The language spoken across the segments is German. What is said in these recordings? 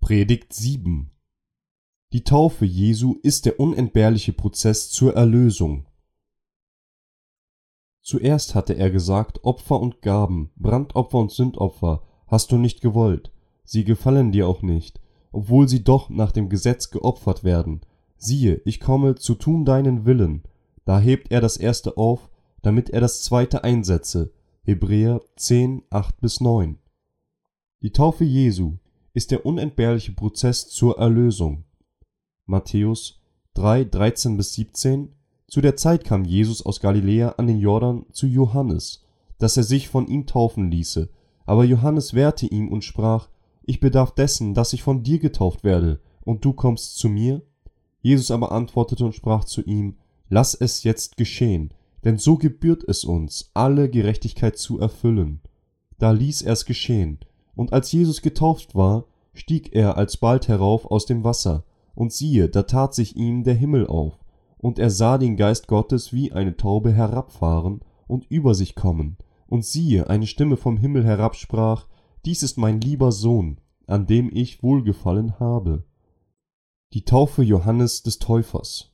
Predigt 7. Die Taufe Jesu ist der unentbehrliche Prozess zur Erlösung. Zuerst hatte er gesagt, Opfer und Gaben, Brandopfer und Sündopfer hast du nicht gewollt, sie gefallen dir auch nicht, obwohl sie doch nach dem Gesetz geopfert werden. Siehe, ich komme, zu tun deinen Willen. Da hebt er das erste auf, damit er das zweite einsetze. Hebräer 10, 8-9. Die Taufe Jesu ist der unentbehrliche Prozess zur Erlösung. Matthäus 3, 13-17. Zu der Zeit kam Jesus aus Galiläa an den Jordan zu Johannes, dass er sich von ihm taufen ließe. Aber Johannes wehrte ihm und sprach: Ich bedarf dessen, dass ich von dir getauft werde, und du kommst zu mir? Jesus aber antwortete und sprach zu ihm: Lass es jetzt geschehen, denn so gebührt es uns, alle Gerechtigkeit zu erfüllen. Da ließ er es geschehen, und als Jesus getauft war, stieg er alsbald herauf aus dem Wasser, und siehe, da tat sich ihm der Himmel auf, und er sah den Geist Gottes wie eine Taube herabfahren und über sich kommen, und siehe, eine Stimme vom Himmel herab sprach: Dies ist mein lieber Sohn, an dem ich Wohlgefallen habe. Die Taufe Johannes des Täufers.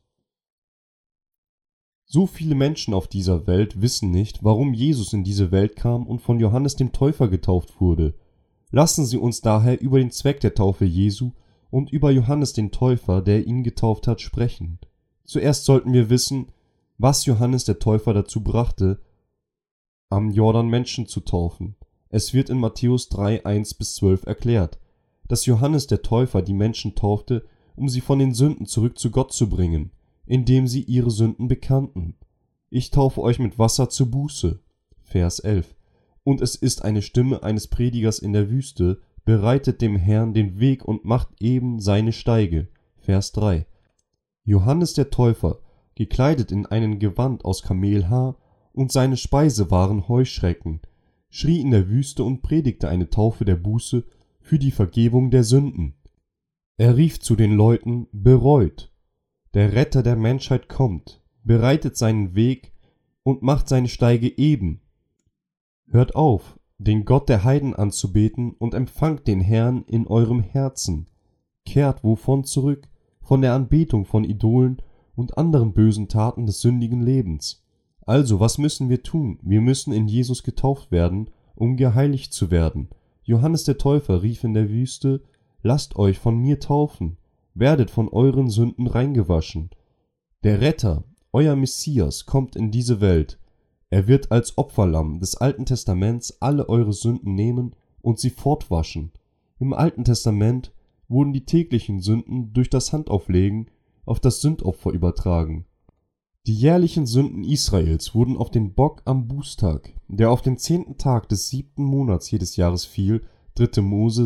So viele Menschen auf dieser Welt wissen nicht, warum Jesus in diese Welt kam und von Johannes dem Täufer getauft wurde. Lassen Sie uns daher über den Zweck der Taufe Jesu und über Johannes den Täufer, der ihn getauft hat, sprechen. Zuerst sollten wir wissen, was Johannes der Täufer dazu brachte, am Jordan Menschen zu taufen. Es wird in Matthäus 3, 1-12 erklärt, dass Johannes der Täufer die Menschen taufte, um sie von den Sünden zurück zu Gott zu bringen, indem sie ihre Sünden bekannten. Ich taufe euch mit Wasser zur Buße. Vers 11. Und es ist eine Stimme eines Predigers in der Wüste: Bereitet dem Herrn den Weg und macht eben seine Steige. Vers 3. Johannes der Täufer, gekleidet in einen Gewand aus Kamelhaar, und seine Speise waren Heuschrecken, schrie in der Wüste und predigte eine Taufe der Buße für die Vergebung der Sünden. Er rief zu den Leuten: Bereut! Der Retter der Menschheit kommt, bereitet seinen Weg und macht seine Steige eben. Hört auf, den Gott der Heiden anzubeten, und empfangt den Herrn in eurem Herzen. Kehrt wovon zurück? Von der Anbetung von Idolen und anderen bösen Taten des sündigen Lebens. Also, was müssen wir tun? Wir müssen in Jesus getauft werden, um geheiligt zu werden. Johannes der Täufer rief in der Wüste: Lasst euch von mir taufen, werdet von euren Sünden reingewaschen. Der Retter, euer Messias, kommt in diese Welt. Er wird als Opferlamm des Alten Testaments alle eure Sünden nehmen und sie fortwaschen. Im Alten Testament wurden die täglichen Sünden durch das Handauflegen auf das Sündopfer übertragen. Die jährlichen Sünden Israels wurden auf den Bock am Bußtag, der auf den 10. Tag des 7. Monats jedes Jahres fiel, 3. Mose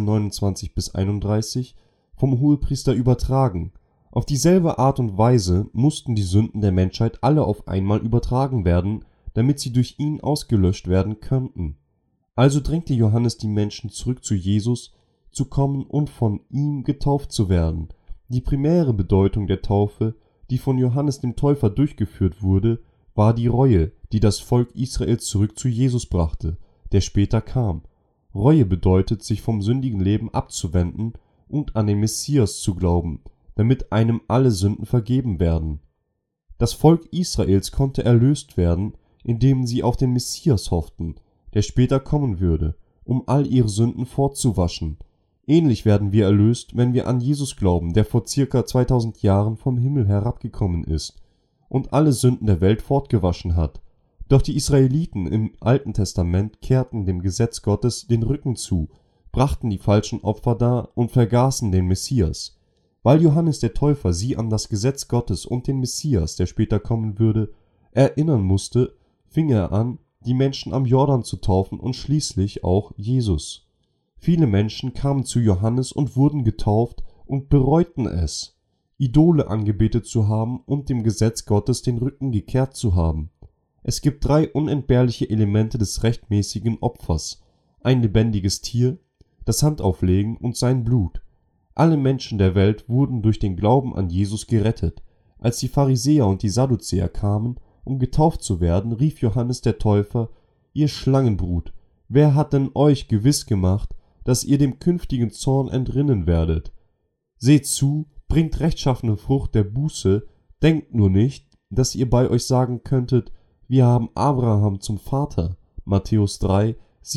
16,29-31, vom Hohepriester übertragen. Auf dieselbe Art und Weise mussten die Sünden der Menschheit alle auf einmal übertragen werden, damit sie durch ihn ausgelöscht werden könnten. Also drängte Johannes die Menschen zurück zu Jesus zu kommen und von ihm getauft zu werden. Die primäre Bedeutung der Taufe, die von Johannes dem Täufer durchgeführt wurde, war die Reue, die das Volk Israels zurück zu Jesus brachte, der später kam. Reue bedeutet, sich vom sündigen Leben abzuwenden und an den Messias zu glauben, damit einem alle Sünden vergeben werden. Das Volk Israels konnte erlöst werden, indem sie auf den Messias hofften, der später kommen würde, um all ihre Sünden fortzuwaschen. Ähnlich werden wir erlöst, wenn wir an Jesus glauben, der vor ca. 2000 Jahren vom Himmel herabgekommen ist und alle Sünden der Welt fortgewaschen hat. Doch die Israeliten im Alten Testament kehrten dem Gesetz Gottes den Rücken zu, brachten die falschen Opfer dar und vergaßen den Messias. Weil Johannes der Täufer sie an das Gesetz Gottes und den Messias, der später kommen würde, erinnern musste, fing er an, die Menschen am Jordan zu taufen und schließlich auch Jesus. Viele Menschen kamen zu Johannes und wurden getauft und bereuten es, Idole angebetet zu haben und dem Gesetz Gottes den Rücken gekehrt zu haben. Es gibt 3 unentbehrliche Elemente des rechtmäßigen Opfers: ein lebendiges Tier, das Handauflegen und sein Blut. Alle Menschen der Welt wurden durch den Glauben an Jesus gerettet. Als die Pharisäer und die Sadduzäer kamen, um getauft zu werden, rief Johannes der Täufer: Ihr Schlangenbrut, wer hat denn euch gewiss gemacht, dass ihr dem künftigen Zorn entrinnen werdet. Seht zu, bringt rechtschaffene Frucht der Buße, denkt nur nicht, dass ihr bei euch sagen könntet, wir haben Abraham zum Vater. Matthäus 3,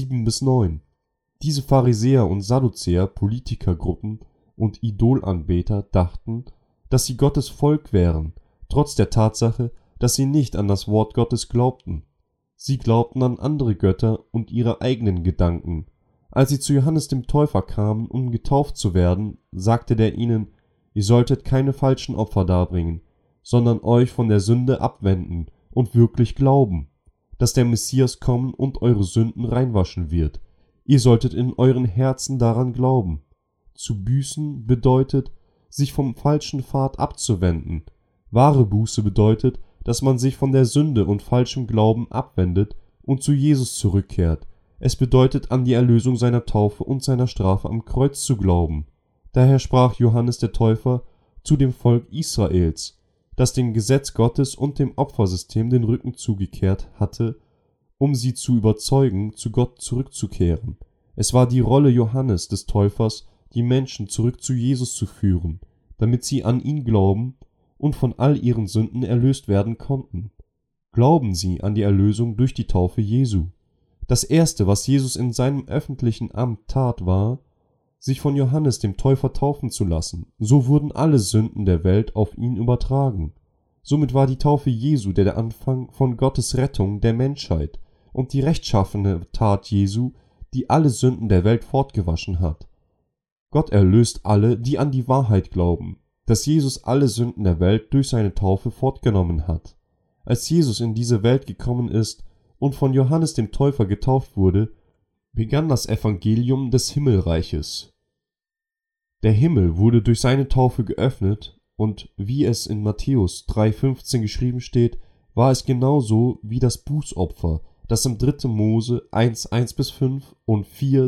7-9. Diese Pharisäer und Sadduzäer, Politikergruppen und Idolanbeter dachten, dass sie Gottes Volk wären, trotz der Tatsache, dass sie nicht an das Wort Gottes glaubten. Sie glaubten an andere Götter und ihre eigenen Gedanken. Als sie zu Johannes dem Täufer kamen, um getauft zu werden, sagte der ihnen, ihr solltet keine falschen Opfer darbringen, sondern euch von der Sünde abwenden und wirklich glauben, dass der Messias kommen und eure Sünden reinwaschen wird. Ihr solltet in euren Herzen daran glauben. Zu büßen bedeutet, sich vom falschen Pfad abzuwenden. Wahre Buße bedeutet, dass man sich von der Sünde und falschem Glauben abwendet und zu Jesus zurückkehrt. Es bedeutet, an die Erlösung seiner Taufe und seiner Strafe am Kreuz zu glauben. Daher sprach Johannes der Täufer zu dem Volk Israels, das dem Gesetz Gottes und dem Opfersystem den Rücken zugekehrt hatte, um sie zu überzeugen, zu Gott zurückzukehren. Es war die Rolle Johannes des Täufers, die Menschen zurück zu Jesus zu führen, damit sie an ihn glauben und von all ihren Sünden erlöst werden konnten. Glauben sie an die Erlösung durch die Taufe Jesu. Das Erste, was Jesus in seinem öffentlichen Amt tat, war, sich von Johannes dem Täufer taufen zu lassen. So wurden alle Sünden der Welt auf ihn übertragen. Somit war die Taufe Jesu der Anfang von Gottes Rettung der Menschheit und die rechtschaffene Tat Jesu, die alle Sünden der Welt fortgewaschen hat. Gott erlöst alle, die an die Wahrheit glauben, dass Jesus alle Sünden der Welt durch seine Taufe fortgenommen hat. Als Jesus in diese Welt gekommen ist und von Johannes dem Täufer getauft wurde, begann das Evangelium des Himmelreiches. Der Himmel wurde durch seine Taufe geöffnet und wie es in Matthäus 3,15 geschrieben steht, war es genauso wie das Bußopfer, das im 3. Mose 1,1-5 und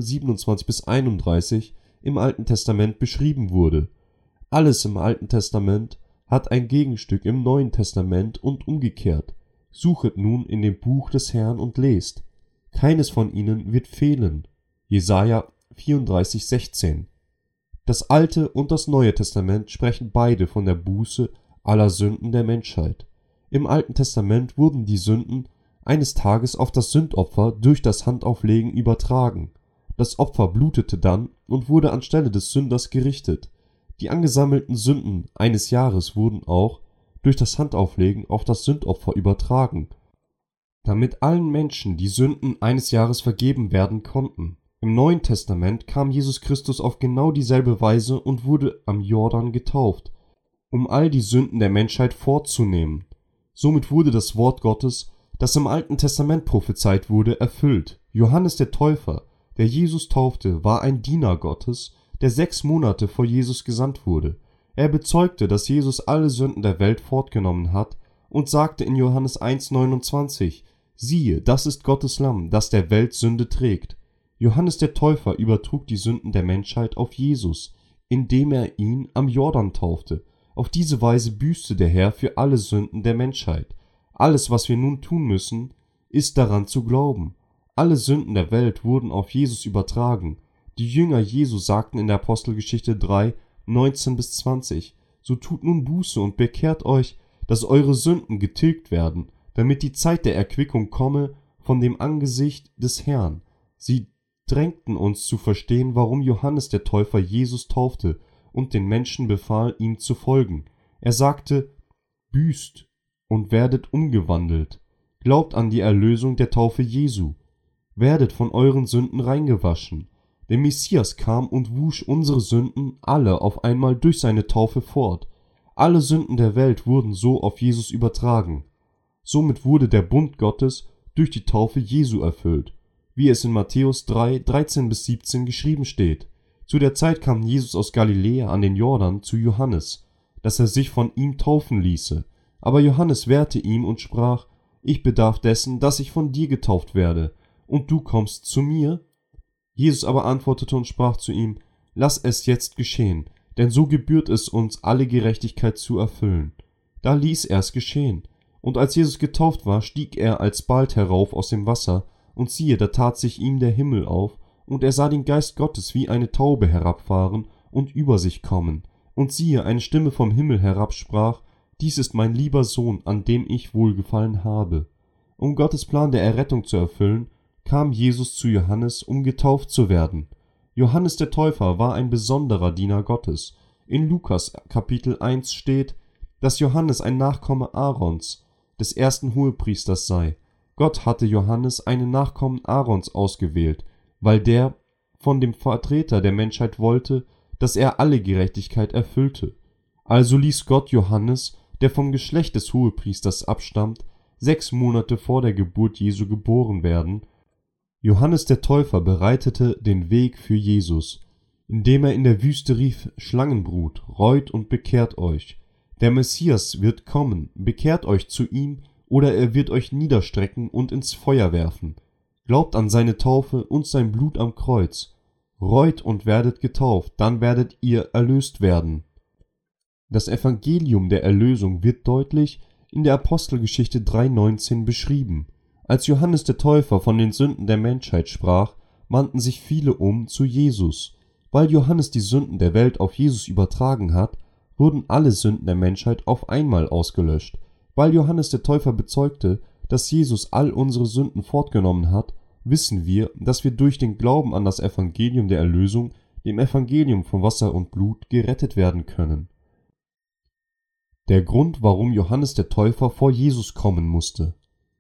4,27-31 im Alten Testament beschrieben wurde. Alles im Alten Testament hat ein Gegenstück im Neuen Testament und umgekehrt. Suchet nun in dem Buch des Herrn und lest. Keines von ihnen wird fehlen. Jesaja 34,16. Das Alte und das Neue Testament sprechen beide von der Buße aller Sünden der Menschheit. Im Alten Testament wurden die Sünden eines Tages auf das Sündopfer durch das Handauflegen übertragen. Das Opfer blutete dann und wurde anstelle des Sünders gerichtet. Die angesammelten Sünden eines Jahres wurden auch durch das Handauflegen auf das Sündopfer übertragen, damit allen Menschen die Sünden eines Jahres vergeben werden konnten. Im Neuen Testament kam Jesus Christus auf genau dieselbe Weise und wurde am Jordan getauft, um all die Sünden der Menschheit fortzunehmen. Somit wurde das Wort Gottes, das im Alten Testament prophezeit wurde, erfüllt. Johannes der Täufer, der Jesus taufte, war ein Diener Gottes, der 6 Monate vor Jesus gesandt wurde. Er bezeugte, dass Jesus alle Sünden der Welt fortgenommen hat und sagte in Johannes 1,29: Siehe, das ist Gottes Lamm, das der Welt Sünde trägt. Johannes der Täufer übertrug die Sünden der Menschheit auf Jesus, indem er ihn am Jordan taufte. Auf diese Weise büßte der Herr für alle Sünden der Menschheit. Alles, was wir nun tun müssen, ist daran zu glauben. Alle Sünden der Welt wurden auf Jesus übertragen. Die Jünger Jesu sagten in der Apostelgeschichte 3, 19-20: So tut nun Buße und bekehrt euch, dass eure Sünden getilgt werden, damit die Zeit der Erquickung komme von dem Angesicht des Herrn. Sie drängten uns zu verstehen, warum Johannes der Täufer Jesus taufte und den Menschen befahl, ihm zu folgen. Er sagte: Büßt und werdet umgewandelt. Glaubt an die Erlösung der Taufe Jesu. Werdet von euren Sünden reingewaschen. Der Messias kam und wusch unsere Sünden alle auf einmal durch seine Taufe fort. Alle Sünden der Welt wurden so auf Jesus übertragen. Somit wurde der Bund Gottes durch die Taufe Jesu erfüllt, wie es in Matthäus 3, 13-17 geschrieben steht. Zu der Zeit kam Jesus aus Galiläa an den Jordan zu Johannes, dass er sich von ihm taufen ließe. Aber Johannes wehrte ihm und sprach: Ich bedarf dessen, dass ich von dir getauft werde, und du kommst zu mir? Jesus aber antwortete und sprach zu ihm: Lass es jetzt geschehen, denn so gebührt es uns, alle Gerechtigkeit zu erfüllen. Da ließ er es geschehen. Und als Jesus getauft war, stieg er alsbald herauf aus dem Wasser, und siehe, da tat sich ihm der Himmel auf, und er sah den Geist Gottes wie eine Taube herabfahren und über sich kommen. Und siehe, eine Stimme vom Himmel herab sprach: Dies ist mein lieber Sohn, an dem ich wohlgefallen habe. Um Gottes Plan der Errettung zu erfüllen, kam Jesus zu Johannes, um getauft zu werden. Johannes der Täufer war ein besonderer Diener Gottes. In Lukas Kapitel 1 steht, dass Johannes ein Nachkomme Aarons, des ersten Hohepriesters sei. Gott hatte Johannes, einen Nachkommen Aarons, ausgewählt, weil der von dem Vertreter der Menschheit wollte, dass er alle Gerechtigkeit erfüllte. Also ließ Gott Johannes, der vom Geschlecht des Hohepriesters abstammt, 6 Monate vor der Geburt Jesu geboren werden. Johannes der Täufer bereitete den Weg für Jesus, indem er in der Wüste rief: Schlangenbrut, reut und bekehrt euch. Der Messias wird kommen, bekehrt euch zu ihm, oder er wird euch niederstrecken und ins Feuer werfen. Glaubt an seine Taufe und sein Blut am Kreuz. Reut und werdet getauft, dann werdet ihr erlöst werden. Das Evangelium der Erlösung wird deutlich in der Apostelgeschichte 3,19 beschrieben. Als Johannes der Täufer von den Sünden der Menschheit sprach, wandten sich viele zu Jesus. Weil Johannes die Sünden der Welt auf Jesus übertragen hat, wurden alle Sünden der Menschheit auf einmal ausgelöscht. Weil Johannes der Täufer bezeugte, dass Jesus all unsere Sünden fortgenommen hat, wissen wir, dass wir durch den Glauben an das Evangelium der Erlösung, dem Evangelium von Wasser und Blut, gerettet werden können. Der Grund, warum Johannes der Täufer vor Jesus kommen musste.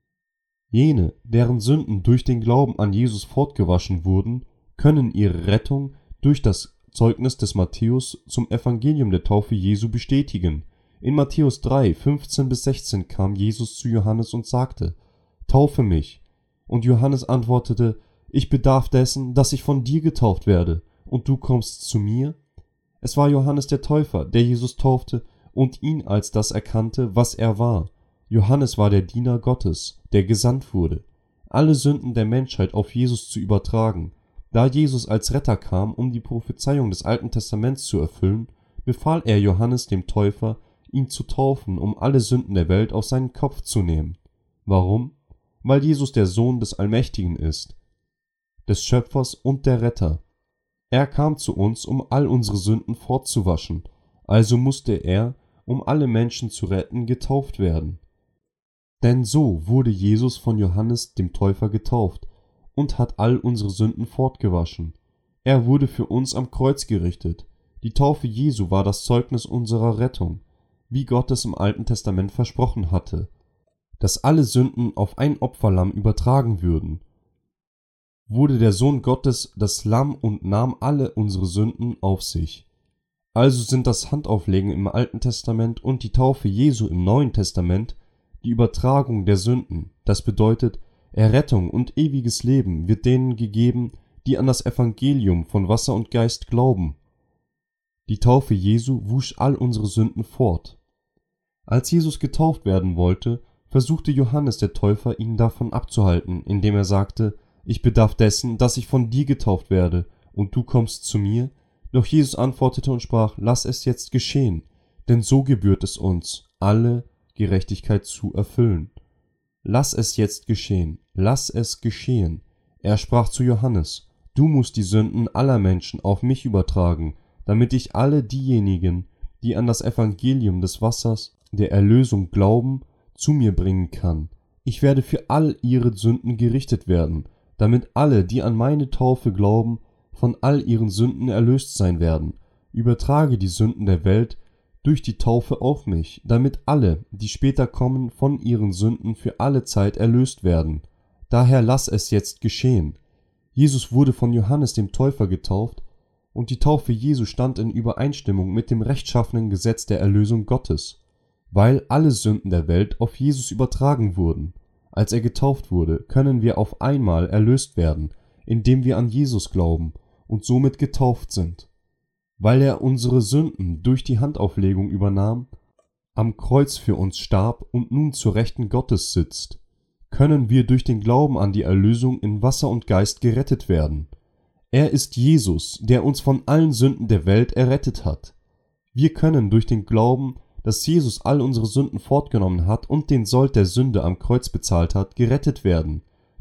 Jene, deren Sünden durch den Glauben an Jesus fortgewaschen wurden, können ihre Rettung durch das Zeugnis des Matthäus zum Evangelium der Taufe Jesu bestätigen. In Matthäus 3, 15-16 kam Jesus zu Johannes und sagte: Taufe mich. Und Johannes antwortete: Ich bedarf dessen, dass ich von dir getauft werde, und du kommst zu mir? Es war Johannes der Täufer, der Jesus taufte und ihn als das erkannte, was er war. Johannes war der Diener Gottes, der gesandt wurde, alle Sünden der Menschheit auf Jesus zu übertragen. Da Jesus als Retter kam, um die Prophezeiung des Alten Testaments zu erfüllen, befahl er Johannes dem Täufer, ihn zu taufen, um alle Sünden der Welt auf seinen Kopf zu nehmen. Warum? Weil Jesus der Sohn des Allmächtigen ist, des Schöpfers und der Retter. Er kam zu uns, um all unsere Sünden fortzuwaschen, also musste er, um alle Menschen zu retten, getauft werden. Denn so wurde Jesus von Johannes dem Täufer getauft und hat all unsere Sünden fortgewaschen. Er wurde für uns am Kreuz gerichtet. Die Taufe Jesu war das Zeugnis unserer Rettung, wie Gott es im Alten Testament versprochen hatte, dass alle Sünden auf ein Opferlamm übertragen würden. Wurde der Sohn Gottes das Lamm und nahm alle unsere Sünden auf sich. Also sind das Handauflegen im Alten Testament und die Taufe Jesu im Neuen Testament die Übertragung der Sünden. Das bedeutet, Errettung und ewiges Leben wird denen gegeben, die an das Evangelium von Wasser und Geist glauben. Die Taufe Jesu wusch all unsere Sünden fort. Als Jesus getauft werden wollte, versuchte Johannes der Täufer, ihn davon abzuhalten, indem er sagte: Ich bedarf dessen, dass ich von dir getauft werde, und du kommst zu mir. Doch Jesus antwortete und sprach: Lass es jetzt geschehen, denn so gebührt es uns, alle Gerechtigkeit zu erfüllen. Lass es jetzt geschehen, lass es geschehen. Er sprach zu Johannes: Du musst die Sünden aller Menschen auf mich übertragen, damit ich alle diejenigen, die an das Evangelium des Wassers der Erlösung glauben, zu mir bringen kann. Ich werde für all ihre Sünden gerichtet werden, damit alle, die an meine Taufe glauben, von all ihren Sünden erlöst sein werden. Übertrage die Sünden der Welt durch die Taufe auf mich, damit alle, die später kommen, von ihren Sünden für alle Zeit erlöst werden. Daher lass es jetzt geschehen. Jesus wurde von Johannes dem Täufer getauft, und die Taufe Jesu stand in Übereinstimmung mit dem rechtschaffenen Gesetz der Erlösung Gottes, weil alle Sünden der Welt auf Jesus übertragen wurden. Als er getauft wurde, können wir auf einmal erlöst werden, indem wir an Jesus glauben und somit getauft sind. Weil er unsere Sünden durch die Handauflegung übernahm, am Kreuz für uns starb und nun zur Rechten Gottes sitzt, können wir durch den Glauben an die Erlösung in Wasser und Geist gerettet werden. Er ist Jesus, der uns von allen Sünden der Welt errettet hat. Wir können durch den Glauben, dass Jesus all unsere Sünden fortgenommen hat und den Sold der Sünde am Kreuz bezahlt hat, gerettet werden.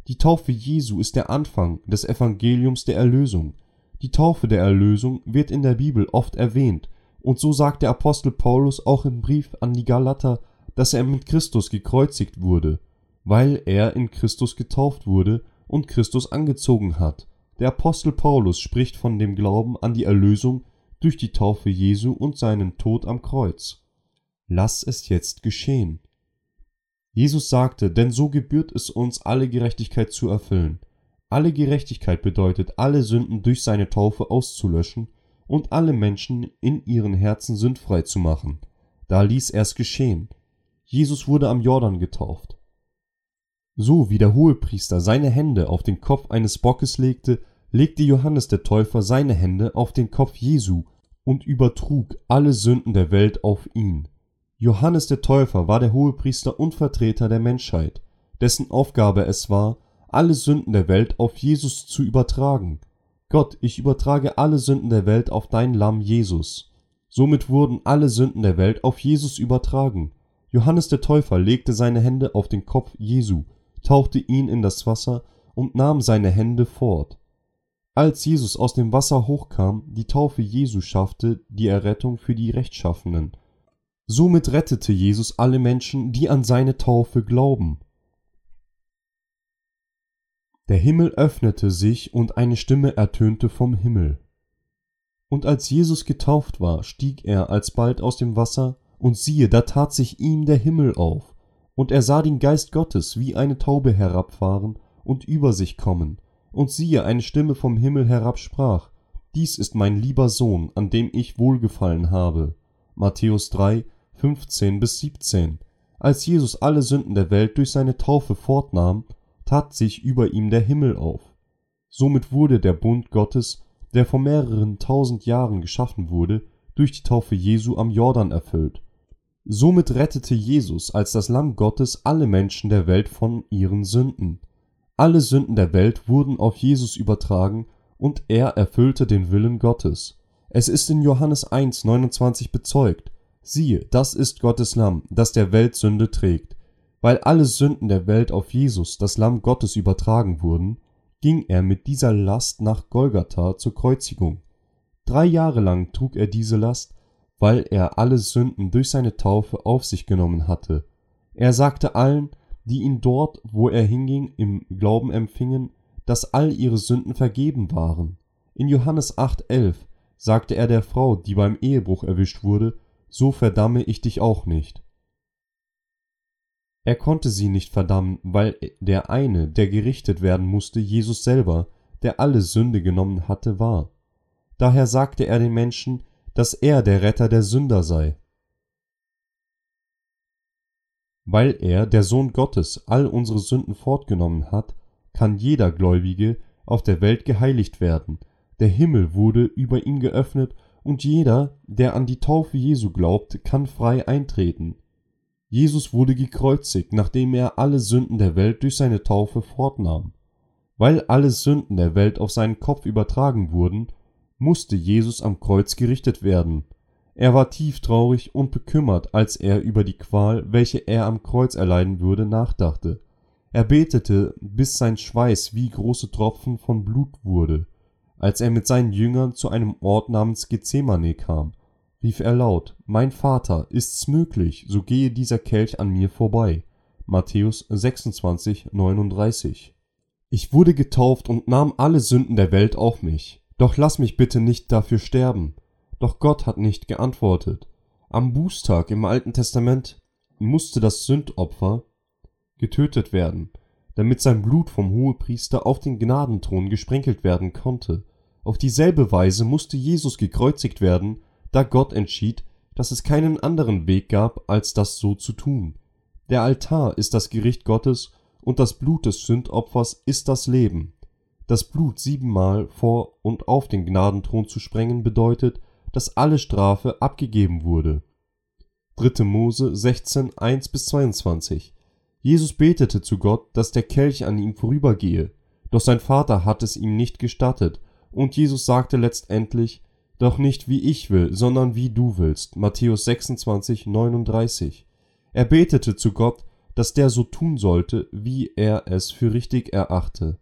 Die Taufe Jesu ist der Anfang des Evangeliums der Erlösung. Die Taufe der Erlösung wird in der Bibel oft erwähnt, und so sagt der Apostel Paulus auch im Brief an die Galater, dass er mit Christus gekreuzigt wurde, weil er in Christus getauft wurde und Christus angezogen hat. Der Apostel Paulus spricht von dem Glauben an die Erlösung durch die Taufe Jesu und seinen Tod am Kreuz. Lass es jetzt geschehen. Jesus sagte, denn so gebührt es uns, alle Gerechtigkeit zu erfüllen. Alle Gerechtigkeit bedeutet, alle Sünden durch seine Taufe auszulöschen und alle Menschen in ihren Herzen sündfrei zu machen. Da ließ er es geschehen. Jesus wurde am Jordan getauft. So wie der Hohepriester seine Hände auf den Kopf eines Bockes legte, legte Johannes der Täufer seine Hände auf den Kopf Jesu und übertrug alle Sünden der Welt auf ihn. Johannes der Täufer war der Hohepriester und Vertreter der Menschheit, dessen Aufgabe es war, alle Sünden der Welt auf Jesus zu übertragen. Gott, ich übertrage alle Sünden der Welt auf dein Lamm Jesus. Somit wurden alle Sünden der Welt auf Jesus übertragen. Johannes der Täufer legte seine Hände auf den Kopf Jesu, tauchte ihn in das Wasser und nahm seine Hände fort. Als Jesus aus dem Wasser hochkam, die Taufe Jesu schaffte die Errettung für die Rechtschaffenen. Somit rettete Jesus alle Menschen, die an seine Taufe glauben. Der Himmel öffnete sich und eine Stimme ertönte vom Himmel. Und als Jesus getauft war, stieg er alsbald aus dem Wasser, und siehe, da tat sich ihm der Himmel auf, und er sah den Geist Gottes wie eine Taube herabfahren und über sich kommen, und siehe, eine Stimme vom Himmel herab sprach: Dies ist mein lieber Sohn, an dem ich wohlgefallen habe. Matthäus 3, 15-17. Als Jesus alle Sünden der Welt durch seine Taufe fortnahm, tat sich über ihm der Himmel auf. Somit wurde der Bund Gottes, der vor mehreren tausend Jahren geschaffen wurde, durch die Taufe Jesu am Jordan erfüllt. Somit rettete Jesus als das Lamm Gottes alle Menschen der Welt von ihren Sünden. Alle Sünden der Welt wurden auf Jesus übertragen und er erfüllte den Willen Gottes. Es ist in Johannes 1,29 bezeugt: Siehe, das ist Gottes Lamm, das der Welt Sünde trägt. Weil alle Sünden der Welt auf Jesus, das Lamm Gottes, übertragen wurden, ging er mit dieser Last nach Golgatha zur Kreuzigung. 3 Jahre lang trug er diese Last, weil er alle Sünden durch seine Taufe auf sich genommen hatte. Er sagte allen, die ihn dort, wo er hinging, im Glauben empfingen, dass all ihre Sünden vergeben waren. In Johannes 8,11 sagte er der Frau, die beim Ehebruch erwischt wurde: So verdamme ich dich auch nicht. Er konnte sie nicht verdammen, weil der eine, der gerichtet werden musste, Jesus selber, der alle Sünde genommen hatte, war. Daher sagte er den Menschen, dass er der Retter der Sünder sei. Weil er, der Sohn Gottes, all unsere Sünden fortgenommen hat, kann jeder Gläubige auf der Welt geheiligt werden. Der Himmel wurde über ihn geöffnet und jeder, der an die Taufe Jesu glaubt, kann frei eintreten. Jesus wurde gekreuzigt, nachdem er alle Sünden der Welt durch seine Taufe fortnahm. Weil alle Sünden der Welt auf seinen Kopf übertragen wurden, musste Jesus am Kreuz gerichtet werden. Er war tieftraurig und bekümmert, als er über die Qual, welche er am Kreuz erleiden würde, nachdachte. Er betete, bis sein Schweiß wie große Tropfen von Blut wurde. Als er mit seinen Jüngern zu einem Ort namens Gethsemane kam, rief er laut: Mein Vater, ist's möglich, so gehe dieser Kelch an mir vorbei. Matthäus 26,39. Ich wurde getauft und nahm alle Sünden der Welt auf mich. Doch lass mich bitte nicht dafür sterben. Doch Gott hat nicht geantwortet. Am Bußtag im Alten Testament musste das Sündopfer getötet werden, damit sein Blut vom Hohepriester auf den Gnadenthron gesprenkelt werden konnte. Auf dieselbe Weise musste Jesus gekreuzigt werden, da Gott entschied, dass es keinen anderen Weg gab, als das so zu tun. Der Altar ist das Gericht Gottes und das Blut des Sündopfers ist das Leben. Das Blut 7-mal vor und auf den Gnadenthron zu sprengen bedeutet, dass alle Strafe abgegeben wurde. 3. Mose 16, 1-22. Jesus betete zu Gott, dass der Kelch an ihm vorübergehe, doch sein Vater hat es ihm nicht gestattet, und Jesus sagte letztendlich: Doch nicht wie ich will, sondern wie du willst. Matthäus 26, 39. Er betete zu Gott, dass der so tun sollte, wie er es für richtig erachte.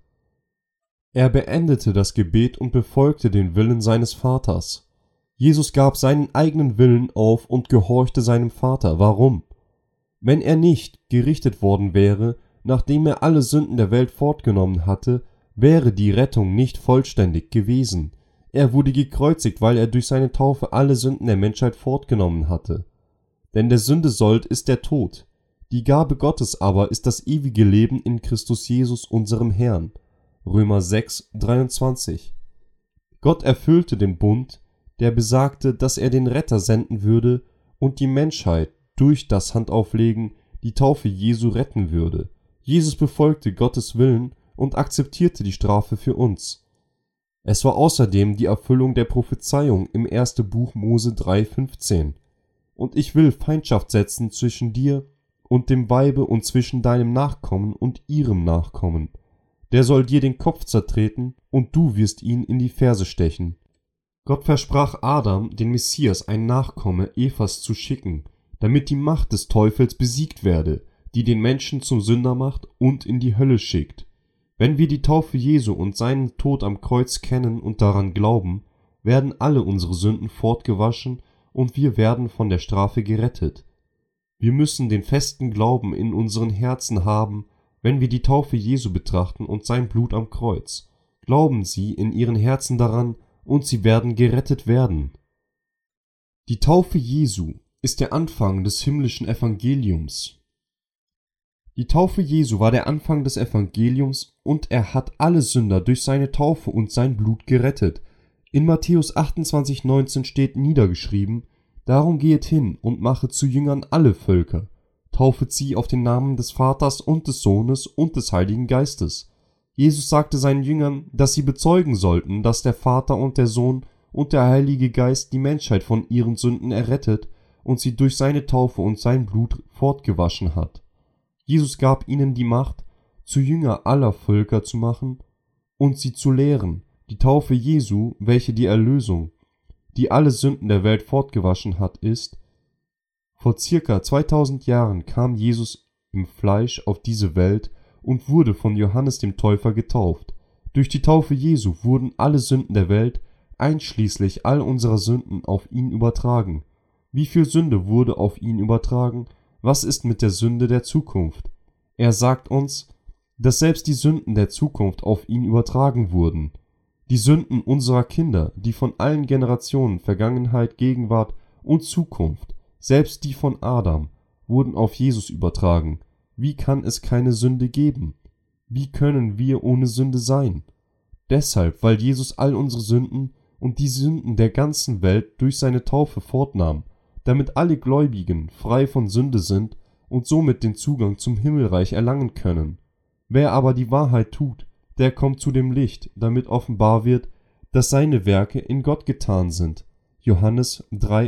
Er beendete das Gebet und befolgte den Willen seines Vaters. Jesus gab seinen eigenen Willen auf und gehorchte seinem Vater. Warum? Wenn er nicht gerichtet worden wäre, nachdem er alle Sünden der Welt fortgenommen hatte, wäre die Rettung nicht vollständig gewesen. Er wurde gekreuzigt, weil er durch seine Taufe alle Sünden der Menschheit fortgenommen hatte. Denn der Sünde Sold ist der Tod. Die Gabe Gottes aber ist das ewige Leben in Christus Jesus, unserem Herrn. Römer 6, 23. Gott erfüllte den Bund, der besagte, dass er den Retter senden würde und die Menschheit durch das Handauflegen, die Taufe Jesu, retten würde. Jesus befolgte Gottes Willen und akzeptierte die Strafe für uns. Es war außerdem die Erfüllung der Prophezeiung im 1. Buch Mose 3,15. Und ich will Feindschaft setzen zwischen dir und dem Weibe und zwischen deinem Nachkommen und ihrem Nachkommen. Der soll dir den Kopf zertreten und du wirst ihn in die Ferse stechen. Gott versprach Adam, den Messias, ein Nachkomme Evas zu schicken, damit die Macht des Teufels besiegt werde, die den Menschen zum Sünder macht und in die Hölle schickt. Wenn wir die Taufe Jesu und seinen Tod am Kreuz kennen und daran glauben, werden alle unsere Sünden fortgewaschen und wir werden von der Strafe gerettet. Wir müssen den festen Glauben in unseren Herzen haben, wenn wir die Taufe Jesu betrachten und sein Blut am Kreuz. Glauben Sie in Ihren Herzen daran und Sie werden gerettet werden. Die Taufe Jesu ist der Anfang des himmlischen Evangeliums. Die Taufe Jesu war der Anfang des Evangeliums und er hat alle Sünder durch seine Taufe und sein Blut gerettet. In Matthäus 28,19 steht niedergeschrieben: Darum gehet hin und machet zu Jüngern alle Völker, taufet sie auf den Namen des Vaters und des Sohnes und des Heiligen Geistes. Jesus sagte seinen Jüngern, dass sie bezeugen sollten, dass der Vater und der Sohn und der Heilige Geist die Menschheit von ihren Sünden errettet und sie durch seine Taufe und sein Blut fortgewaschen hat. Jesus gab ihnen die Macht, zu Jünger aller Völker zu machen und sie zu lehren. Die Taufe Jesu, welche die Erlösung, die alle Sünden der Welt fortgewaschen hat, ist: Vor circa 2000 Jahren kam Jesus im Fleisch auf diese Welt und wurde von Johannes dem Täufer getauft. Durch die Taufe Jesu wurden alle Sünden der Welt, einschließlich all unserer Sünden, auf ihn übertragen. Wie viel Sünde wurde auf ihn übertragen? Was ist mit der Sünde der Zukunft? Er sagt uns, dass selbst die Sünden der Zukunft auf ihn übertragen wurden. Die Sünden unserer Kinder, die von allen Generationen, Vergangenheit, Gegenwart und Zukunft, selbst die von Adam, wurden auf Jesus übertragen. Wie kann es keine Sünde geben? Wie können wir ohne Sünde sein? Deshalb, weil Jesus all unsere Sünden und die Sünden der ganzen Welt durch seine Taufe fortnahm, damit alle Gläubigen frei von Sünde sind und somit den Zugang zum Himmelreich erlangen können. Wer aber die Wahrheit tut, der kommt zu dem Licht, damit offenbar wird, dass seine Werke in Gott getan sind. Johannes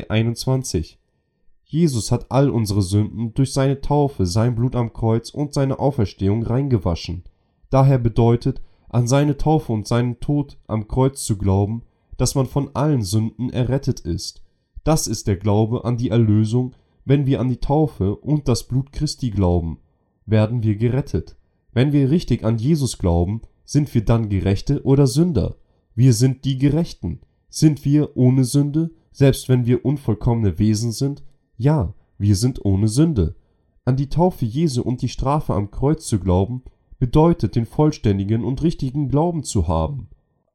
3,21. Jesus hat all unsere Sünden durch seine Taufe, sein Blut am Kreuz und seine Auferstehung reingewaschen. Daher bedeutet, an seine Taufe und seinen Tod am Kreuz zu glauben, dass man von allen Sünden errettet ist. Das ist der Glaube an die Erlösung. Wenn wir an die Taufe und das Blut Christi glauben, werden wir gerettet. Wenn wir richtig an Jesus glauben, sind wir dann Gerechte oder Sünder? Wir sind die Gerechten. Sind wir ohne Sünde, selbst wenn wir unvollkommene Wesen sind? Ja, wir sind ohne Sünde. An die Taufe Jesu und die Strafe am Kreuz zu glauben, bedeutet, den vollständigen und richtigen Glauben zu haben.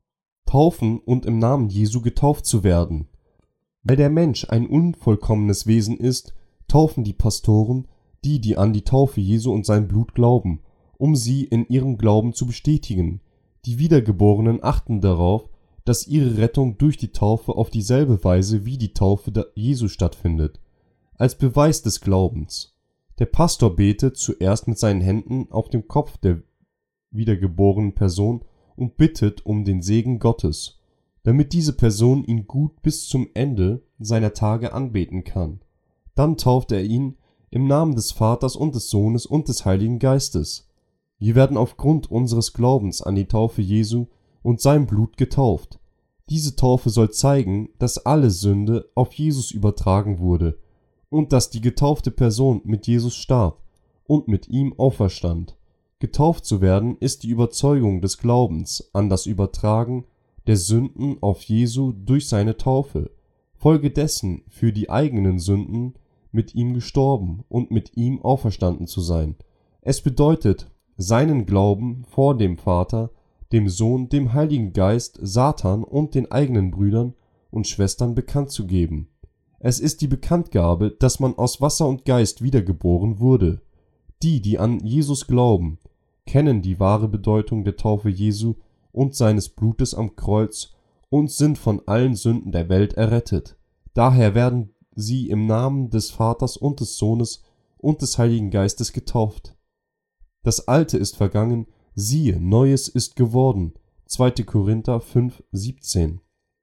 Taufen und im Namen Jesu getauft zu werden. Weil der Mensch ein unvollkommenes Wesen ist, taufen die Pastoren die an die Taufe Jesu und sein Blut glauben, um sie in ihrem Glauben zu bestätigen. Die Wiedergeborenen achten darauf, dass ihre Rettung durch die Taufe auf dieselbe Weise wie die Taufe Jesu stattfindet, als Beweis des Glaubens. Der Pastor betet zuerst mit seinen Händen auf dem Kopf der wiedergeborenen Person und bittet um den Segen Gottes, damit diese Person ihn gut bis zum Ende seiner Tage anbeten kann. Dann tauft er ihn im Namen des Vaters und des Sohnes und des Heiligen Geistes. Wir werden aufgrund unseres Glaubens an die Taufe Jesu und sein Blut getauft. Diese Taufe soll zeigen, dass alle Sünde auf Jesus übertragen wurde und dass die getaufte Person mit Jesus starb und mit ihm auferstand. Getauft zu werden ist die Überzeugung des Glaubens an das Übertragen der Sünden auf Jesu durch seine Taufe, folgedessen für die eigenen Sünden mit ihm gestorben und mit ihm auferstanden zu sein. Es bedeutet, seinen Glauben vor dem Vater, dem Sohn, dem Heiligen Geist, Satan und den eigenen Brüdern und Schwestern bekannt zu geben. Es ist die Bekanntgabe, dass man aus Wasser und Geist wiedergeboren wurde. Die, die an Jesus glauben, kennen die wahre Bedeutung der Taufe Jesu und seines Blutes am Kreuz und sind von allen Sünden der Welt errettet. Daher werden sie im Namen des Vaters und des Sohnes und des Heiligen Geistes getauft. Das Alte ist vergangen, siehe, Neues ist geworden. 2. Korinther 5,17.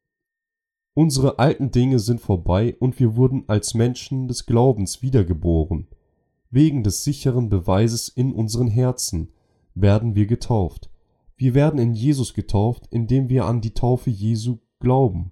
Unsere alten Dinge sind vorbei und wir wurden als Menschen des Glaubens wiedergeboren. Wegen des sicheren Beweises in unseren Herzen werden wir getauft. Wir werden in Jesus getauft, indem wir an die Taufe Jesu glauben.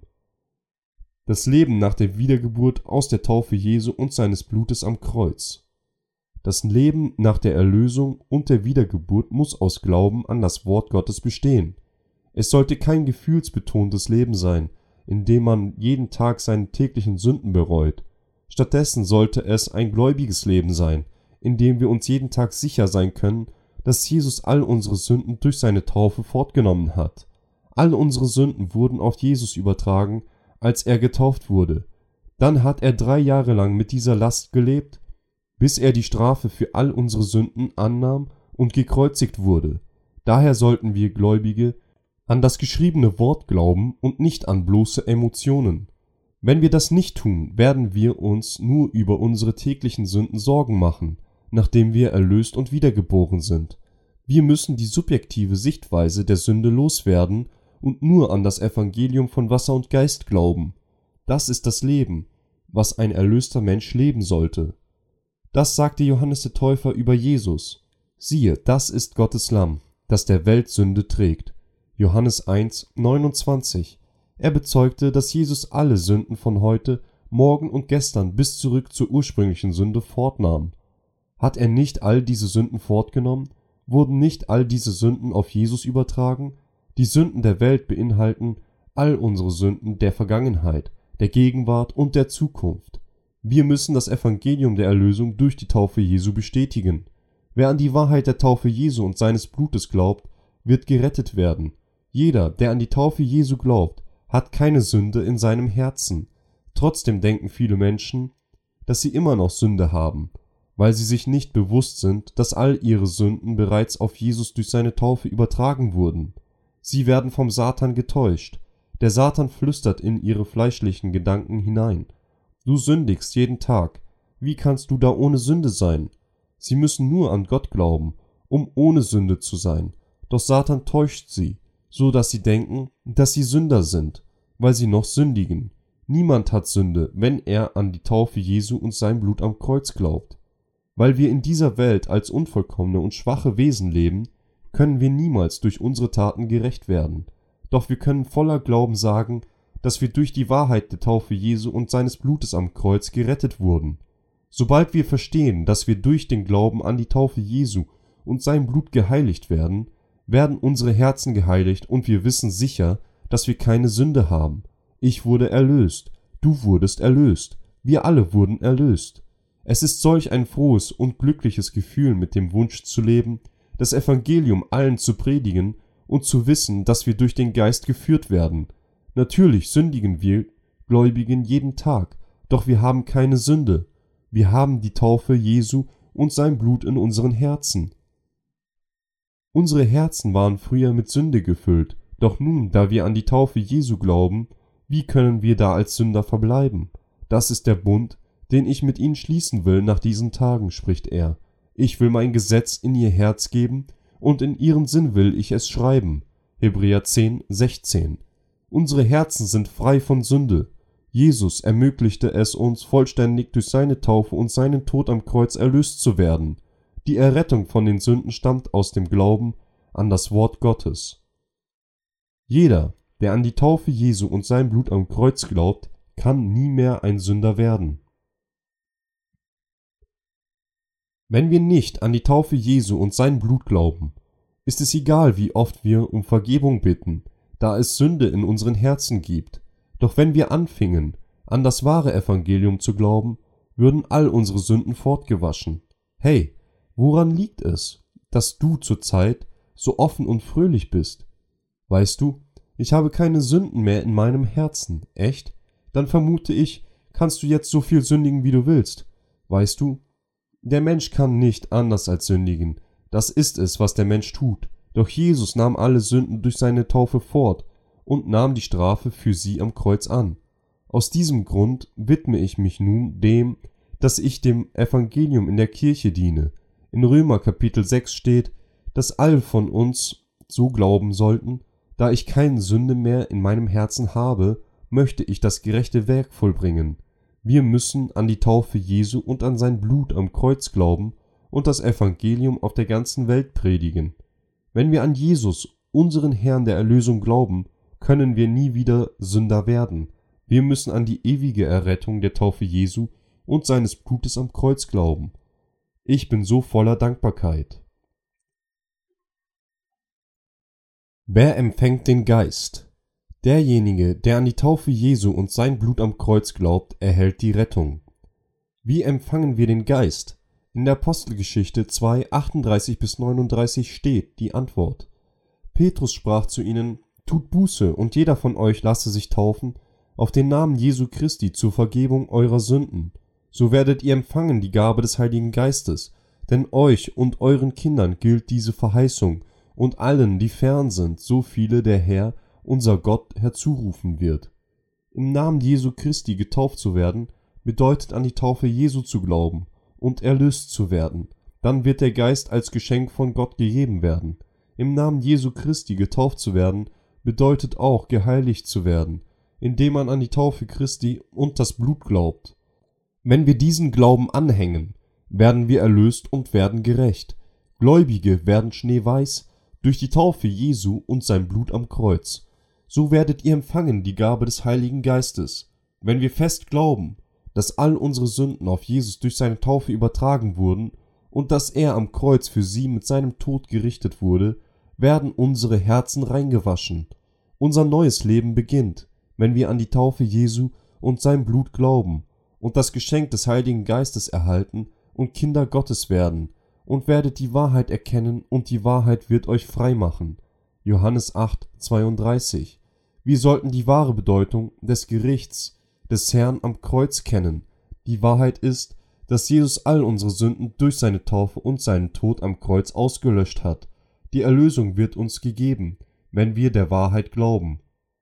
Das Leben nach der Wiedergeburt aus der Taufe Jesu und seines Blutes am Kreuz. Das Leben nach der Erlösung und der Wiedergeburt muss aus Glauben an das Wort Gottes bestehen. Es sollte kein gefühlsbetontes Leben sein, in dem man jeden Tag seine täglichen Sünden bereut. Stattdessen sollte es ein gläubiges Leben sein, in dem wir uns jeden Tag sicher sein können, dass Jesus all unsere Sünden durch seine Taufe fortgenommen hat. All unsere Sünden wurden auf Jesus übertragen, als er getauft wurde. Dann hat er 3 Jahre lang mit dieser Last gelebt, bis er die Strafe für all unsere Sünden annahm und gekreuzigt wurde. Daher sollten wir Gläubige an das geschriebene Wort glauben und nicht an bloße Emotionen. Wenn wir das nicht tun, werden wir uns nur über unsere täglichen Sünden Sorgen machen, nachdem wir erlöst und wiedergeboren sind. Wir müssen die subjektive Sichtweise der Sünde loswerden und nur an das Evangelium von Wasser und Geist glauben. Das ist das Leben, was ein erlöster Mensch leben sollte. Das sagte Johannes der Täufer über Jesus. Siehe, das ist Gottes Lamm, das der Welt Sünde trägt. Johannes 1,29. Er bezeugte, dass Jesus alle Sünden von heute, morgen und gestern bis zurück zur ursprünglichen Sünde fortnahm. Hat er nicht all diese Sünden fortgenommen? Wurden nicht all diese Sünden auf Jesus übertragen? Die Sünden der Welt beinhalten all unsere Sünden der Vergangenheit, der Gegenwart und der Zukunft. Wir müssen das Evangelium der Erlösung durch die Taufe Jesu bestätigen. Wer an die Wahrheit der Taufe Jesu und seines Blutes glaubt, wird gerettet werden. Jeder, der an die Taufe Jesu glaubt, hat keine Sünde in seinem Herzen. Trotzdem denken viele Menschen, dass sie immer noch Sünde haben, weil sie sich nicht bewusst sind, dass all ihre Sünden bereits auf Jesus durch seine Taufe übertragen wurden. Sie werden vom Satan getäuscht. Der Satan flüstert in ihre fleischlichen Gedanken hinein. Du sündigst jeden Tag. Wie kannst du da ohne Sünde sein? Sie müssen nur an Gott glauben, um ohne Sünde zu sein. Doch Satan täuscht sie, so dass sie denken, dass sie Sünder sind, weil sie noch sündigen. Niemand hat Sünde, wenn er an die Taufe Jesu und sein Blut am Kreuz glaubt. Weil wir in dieser Welt als unvollkommene und schwache Wesen leben, können wir niemals durch unsere Taten gerecht werden. Doch wir können voller Glauben sagen, dass wir durch die Wahrheit der Taufe Jesu und seines Blutes am Kreuz gerettet wurden. Sobald wir verstehen, dass wir durch den Glauben an die Taufe Jesu und sein Blut geheiligt werden, werden unsere Herzen geheiligt und wir wissen sicher, dass wir keine Sünde haben. Ich wurde erlöst, du wurdest erlöst, wir alle wurden erlöst. Es ist solch ein frohes und glückliches Gefühl, mit dem Wunsch zu leben, das Evangelium allen zu predigen und zu wissen, dass wir durch den Geist geführt werden. Natürlich sündigen wir Gläubigen jeden Tag, doch wir haben keine Sünde. Wir haben die Taufe Jesu und sein Blut in unseren Herzen. Unsere Herzen waren früher mit Sünde gefüllt, doch nun, da wir an die Taufe Jesu glauben, wie können wir da als Sünder verbleiben? Das ist der Bund, den ich mit ihnen schließen will nach diesen Tagen, spricht er. Ich will mein Gesetz in ihr Herz geben und in ihren Sinn will ich es schreiben. Hebräer 10,16. Unsere Herzen sind frei von Sünde. Jesus ermöglichte es uns, vollständig durch seine Taufe und seinen Tod am Kreuz erlöst zu werden. Die Errettung von den Sünden stammt aus dem Glauben an das Wort Gottes. Jeder, der an die Taufe Jesu und sein Blut am Kreuz glaubt, kann nie mehr ein Sünder werden. Wenn wir nicht an die Taufe Jesu und sein Blut glauben, ist es egal, wie oft wir um Vergebung bitten, da es Sünde in unseren Herzen gibt. Doch wenn wir anfingen, an das wahre Evangelium zu glauben, würden all unsere Sünden fortgewaschen. Hey, woran liegt es, dass du zurzeit so offen und fröhlich bist? Weißt du, ich habe keine Sünden mehr in meinem Herzen. Echt? Dann vermute ich, kannst du jetzt so viel sündigen, wie du willst. Weißt du, der Mensch kann nicht anders als sündigen. Das ist es, was der Mensch tut. Doch Jesus nahm alle Sünden durch seine Taufe fort und nahm die Strafe für sie am Kreuz an. Aus diesem Grund widme ich mich nun dem, dass ich dem Evangelium in der Kirche diene. In Römer Kapitel 6 steht, dass alle von uns so glauben sollten: Da ich keine Sünde mehr in meinem Herzen habe, möchte ich das gerechte Werk vollbringen. Wir müssen an die Taufe Jesu und an sein Blut am Kreuz glauben und das Evangelium auf der ganzen Welt predigen. Wenn wir an Jesus, unseren Herrn der Erlösung, glauben, können wir nie wieder Sünder werden. Wir müssen an die ewige Errettung der Taufe Jesu und seines Blutes am Kreuz glauben. Ich bin so voller Dankbarkeit. Wer empfängt den Geist? Derjenige, der an die Taufe Jesu und sein Blut am Kreuz glaubt, erhält die Rettung. Wie empfangen wir den Geist? In der Apostelgeschichte 2, 38-39 steht die Antwort. Petrus sprach zu ihnen: Tut Buße, und jeder von euch lasse sich taufen auf den Namen Jesu Christi zur Vergebung eurer Sünden. So werdet ihr empfangen die Gabe des Heiligen Geistes, denn euch und euren Kindern gilt diese Verheißung und allen, die fern sind, so viele der Herr, unser Gott, herzurufen wird. Im Namen Jesu Christi getauft zu werden, bedeutet an die Taufe Jesu zu glauben und erlöst zu werden. Dann wird der Geist als Geschenk von Gott gegeben werden. Im Namen Jesu Christi getauft zu werden, bedeutet auch geheiligt zu werden, indem man an die Taufe Christi und das Blut glaubt. Wenn wir diesen Glauben anhängen, werden wir erlöst und werden gerecht. Gläubige werden schneeweiß durch die Taufe Jesu und sein Blut am Kreuz. So werdet ihr empfangen die Gabe des Heiligen Geistes. Wenn wir fest glauben, dass all unsere Sünden auf Jesus durch seine Taufe übertragen wurden und dass er am Kreuz für sie mit seinem Tod gerichtet wurde, werden unsere Herzen reingewaschen. Unser neues Leben beginnt, wenn wir an die Taufe Jesu und sein Blut glauben und das Geschenk des Heiligen Geistes erhalten und Kinder Gottes werden, und werdet die Wahrheit erkennen, und die Wahrheit wird euch frei machen. Johannes 8, 32. Wir sollten die wahre Bedeutung des Gerichts des Herrn am Kreuz kennen. Die Wahrheit ist, dass Jesus all unsere Sünden durch seine Taufe und seinen Tod am Kreuz ausgelöscht hat. Die Erlösung wird uns gegeben, wenn wir der Wahrheit glauben.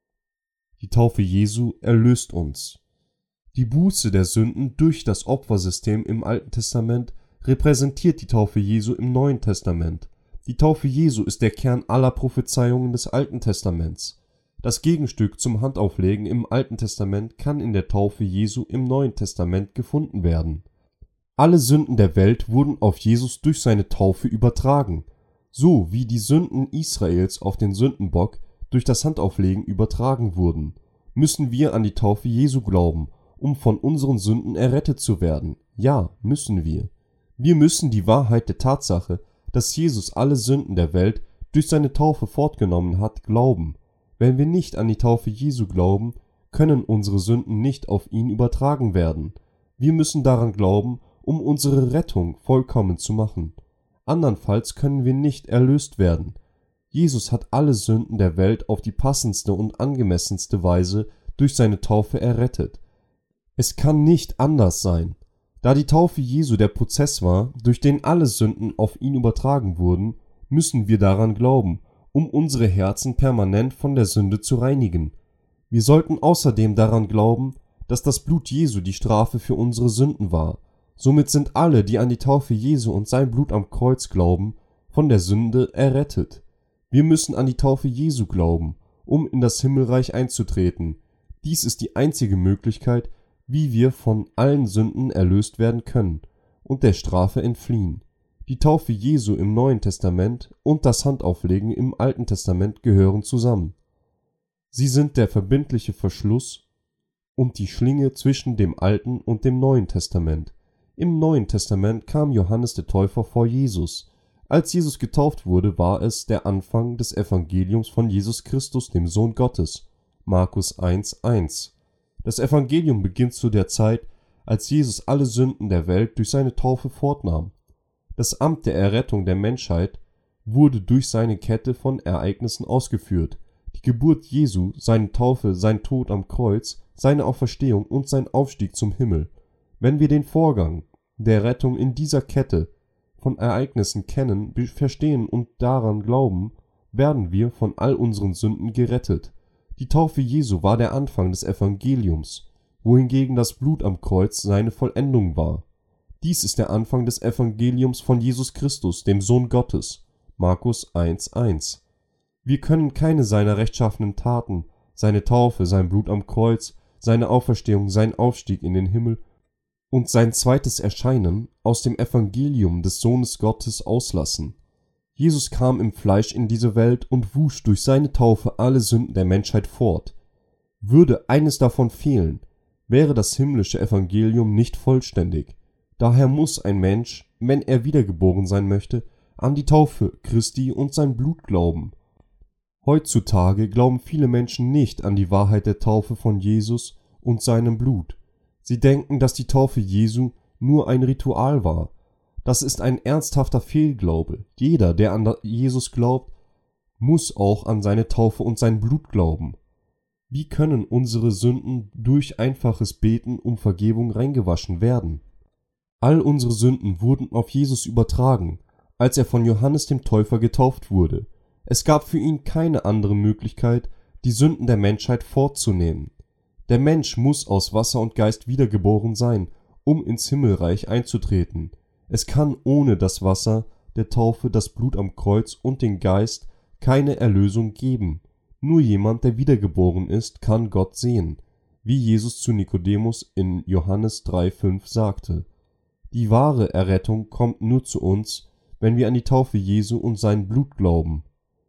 Die Taufe Jesu erlöst uns. Die Buße der Sünden durch das Opfersystem im Alten Testament repräsentiert die Taufe Jesu im Neuen Testament. Die Taufe Jesu ist der Kern aller Prophezeiungen des Alten Testaments. Das Gegenstück zum Handauflegen im Alten Testament kann in der Taufe Jesu im Neuen Testament gefunden werden. Alle Sünden der Welt wurden auf Jesus durch seine Taufe übertragen, so wie die Sünden Israels auf den Sündenbock durch das Handauflegen übertragen wurden. Müssen wir an die Taufe Jesu glauben, um von unseren Sünden errettet zu werden? Ja, müssen wir. Wir müssen die Wahrheit der Tatsache, dass Jesus alle Sünden der Welt durch seine Taufe fortgenommen hat, glauben. Wenn wir nicht an die Taufe Jesu glauben, können unsere Sünden nicht auf ihn übertragen werden. Wir müssen daran glauben, um unsere Rettung vollkommen zu machen. Andernfalls können wir nicht erlöst werden. Jesus hat alle Sünden der Welt auf die passendste und angemessenste Weise durch seine Taufe errettet. Es kann nicht anders sein. Da die Taufe Jesu der Prozess war, durch den alle Sünden auf ihn übertragen wurden, müssen wir daran glauben, um unsere Herzen permanent von der Sünde zu reinigen. Wir sollten außerdem daran glauben, dass das Blut Jesu die Strafe für unsere Sünden war. Somit sind alle, die an die Taufe Jesu und sein Blut am Kreuz glauben, von der Sünde errettet. Wir müssen an die Taufe Jesu glauben, um in das Himmelreich einzutreten. Dies ist die einzige Möglichkeit, wie wir von allen Sünden erlöst werden können und der Strafe entfliehen. Die Taufe Jesu im Neuen Testament und das Handauflegen im Alten Testament gehören zusammen. Sie sind der verbindliche Verschluss und die Schlinge zwischen dem Alten und dem Neuen Testament. Im Neuen Testament kam Johannes der Täufer vor Jesus. Als Jesus getauft wurde, war es der Anfang des Evangeliums von Jesus Christus, dem Sohn Gottes. Markus 1,1. Das Evangelium beginnt zu der Zeit, als Jesus alle Sünden der Welt durch seine Taufe fortnahm. Das Amt der Errettung der Menschheit wurde durch seine Kette von Ereignissen ausgeführt. Die Geburt Jesu, seine Taufe, sein Tod am Kreuz, seine Auferstehung und sein Aufstieg zum Himmel. Wenn wir den Vorgang der Rettung in dieser Kette von Ereignissen kennen, verstehen und daran glauben, werden wir von all unseren Sünden gerettet. Die Taufe Jesu war der Anfang des Evangeliums, wohingegen das Blut am Kreuz seine Vollendung war. Dies ist der Anfang des Evangeliums von Jesus Christus, dem Sohn Gottes. Markus 1,1. Wir können keine seiner rechtschaffenen Taten, seine Taufe, sein Blut am Kreuz, seine Auferstehung, sein Aufstieg in den Himmel und sein zweites Erscheinen aus dem Evangelium des Sohnes Gottes auslassen. Jesus kam im Fleisch in diese Welt und wusch durch seine Taufe alle Sünden der Menschheit fort. Würde eines davon fehlen, wäre das himmlische Evangelium nicht vollständig. Daher muss ein Mensch, wenn er wiedergeboren sein möchte, an die Taufe Christi und sein Blut glauben. Heutzutage glauben viele Menschen nicht an die Wahrheit der Taufe von Jesus und seinem Blut. Sie denken, dass die Taufe Jesu nur ein Ritual war. Das ist ein ernsthafter Fehlglaube. Jeder, der an Jesus glaubt, muss auch an seine Taufe und sein Blut glauben. Wie können unsere Sünden durch einfaches Beten um Vergebung reingewaschen werden? All unsere Sünden wurden auf Jesus übertragen, als er von Johannes dem Täufer getauft wurde. Es gab für ihn keine andere Möglichkeit, die Sünden der Menschheit fortzunehmen. Der Mensch muss aus Wasser und Geist wiedergeboren sein, um ins Himmelreich einzutreten. Es kann ohne das Wasser der Taufe, das Blut am Kreuz und den Geist keine Erlösung geben. Nur jemand, der wiedergeboren ist, kann Gott sehen, wie Jesus zu Nikodemus in Johannes 3,5 sagte. Die wahre Errettung kommt nur zu uns, wenn wir an die Taufe Jesu und sein Blut glauben.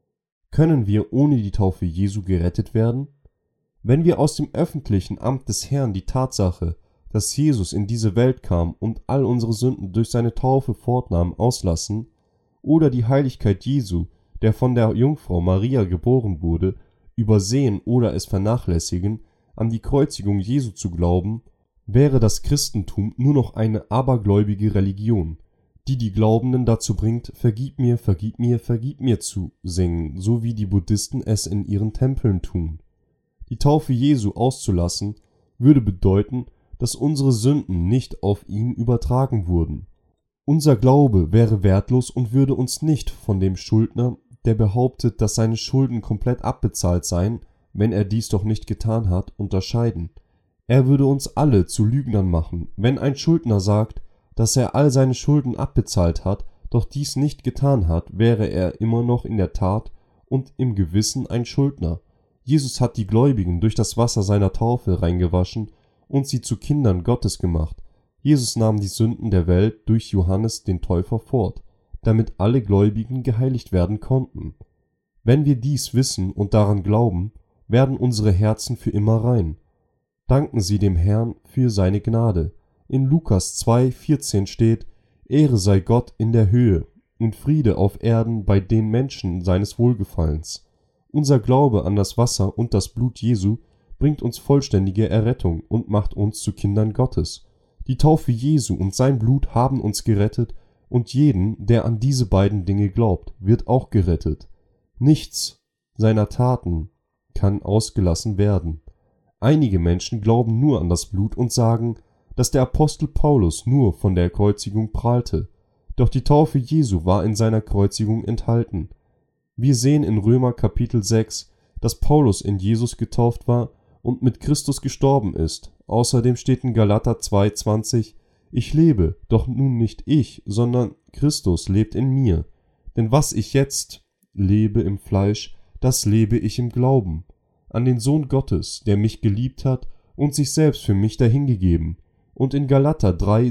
Können wir ohne die Taufe Jesu gerettet werden? Wenn wir aus dem öffentlichen Amt des Herrn die Tatsache, dass Jesus in diese Welt kam und all unsere Sünden durch seine Taufe fortnahm, auslassen, oder die Heiligkeit Jesu, der von der Jungfrau Maria geboren wurde, übersehen oder es vernachlässigen, an die Kreuzigung Jesu zu glauben, wäre das Christentum nur noch eine abergläubige Religion, die die Glaubenden dazu bringt, vergib mir, vergib mir, vergib mir zu singen, so wie die Buddhisten es in ihren Tempeln tun. Die Taufe Jesu auszulassen, würde bedeuten, dass unsere Sünden nicht auf ihn übertragen wurden. Unser Glaube wäre wertlos und würde uns nicht von dem Schuldner, der behauptet, dass seine Schulden komplett abbezahlt seien, wenn er dies doch nicht getan hat, unterscheiden. Er würde uns alle zu Lügnern machen, wenn ein Schuldner sagt, dass er all seine Schulden abbezahlt hat, doch dies nicht getan hat, wäre er immer noch in der Tat und im Gewissen ein Schuldner. Jesus hat die Gläubigen durch das Wasser seiner Taufe reingewaschen und sie zu Kindern Gottes gemacht. Jesus nahm die Sünden der Welt durch Johannes den Täufer fort, damit alle Gläubigen geheiligt werden konnten. Wenn wir dies wissen und daran glauben, werden unsere Herzen für immer rein. Danken Sie dem Herrn für seine Gnade. In Lukas 2,14 steht: Ehre sei Gott in der Höhe und Friede auf Erden bei den Menschen seines Wohlgefallens. Unser Glaube an das Wasser und das Blut Jesu bringt uns vollständige Errettung und macht uns zu Kindern Gottes. Die Taufe Jesu und sein Blut haben uns gerettet, und jeden, der an diese beiden Dinge glaubt, wird auch gerettet. Nichts seiner Taten kann ausgelassen werden. Einige Menschen glauben nur an das Blut und sagen, dass der Apostel Paulus nur von der Kreuzigung prahlte. Doch die Taufe Jesu war in seiner Kreuzigung enthalten. Wir sehen in Römer Kapitel 6, dass Paulus in Jesus getauft war und mit Christus gestorben ist. Außerdem steht in Galater 2,20: Ich lebe, doch nun nicht ich, sondern Christus lebt in mir. Denn was ich jetzt lebe im Fleisch, das lebe ich im Glauben an den Sohn Gottes, der mich geliebt hat und sich selbst für mich dahingegeben. Und in Galater 3,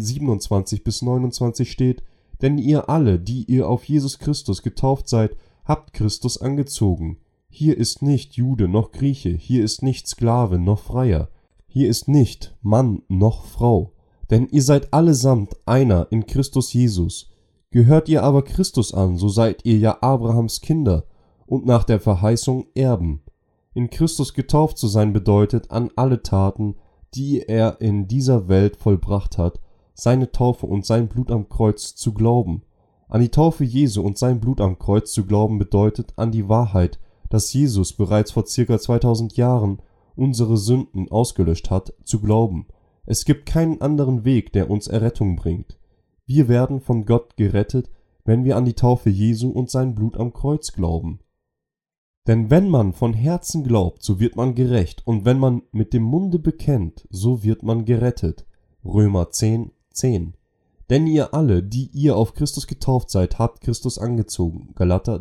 27-29 steht: Denn ihr alle, die ihr auf Jesus Christus getauft seid, habt Christus angezogen. Hier ist nicht Jude noch Grieche, hier ist nicht Sklave noch Freier, hier ist nicht Mann noch Frau, Denn ihr seid allesamt einer in Christus Jesus. Gehört ihr aber Christus an, so seid ihr ja Abrahams Kinder und nach der Verheißung Erben. In Christus getauft zu sein bedeutet, an alle Taten, die er in dieser Welt vollbracht hat, seine Taufe und sein Blut am Kreuz zu glauben. An die Taufe Jesu und sein Blut am Kreuz zu glauben bedeutet, an die Wahrheit, dass Jesus bereits vor ca. 2000 Jahren unsere Sünden ausgelöscht hat, zu glauben. Es gibt keinen anderen Weg, der uns Errettung bringt. Wir werden von Gott gerettet, wenn wir an die Taufe Jesu und sein Blut am Kreuz glauben. Denn wenn man von Herzen glaubt, so wird man gerecht, und wenn man mit dem Munde bekennt, so wird man gerettet. Römer 10,10. Denn ihr alle, die ihr auf Christus getauft seid, habt Christus angezogen. Galater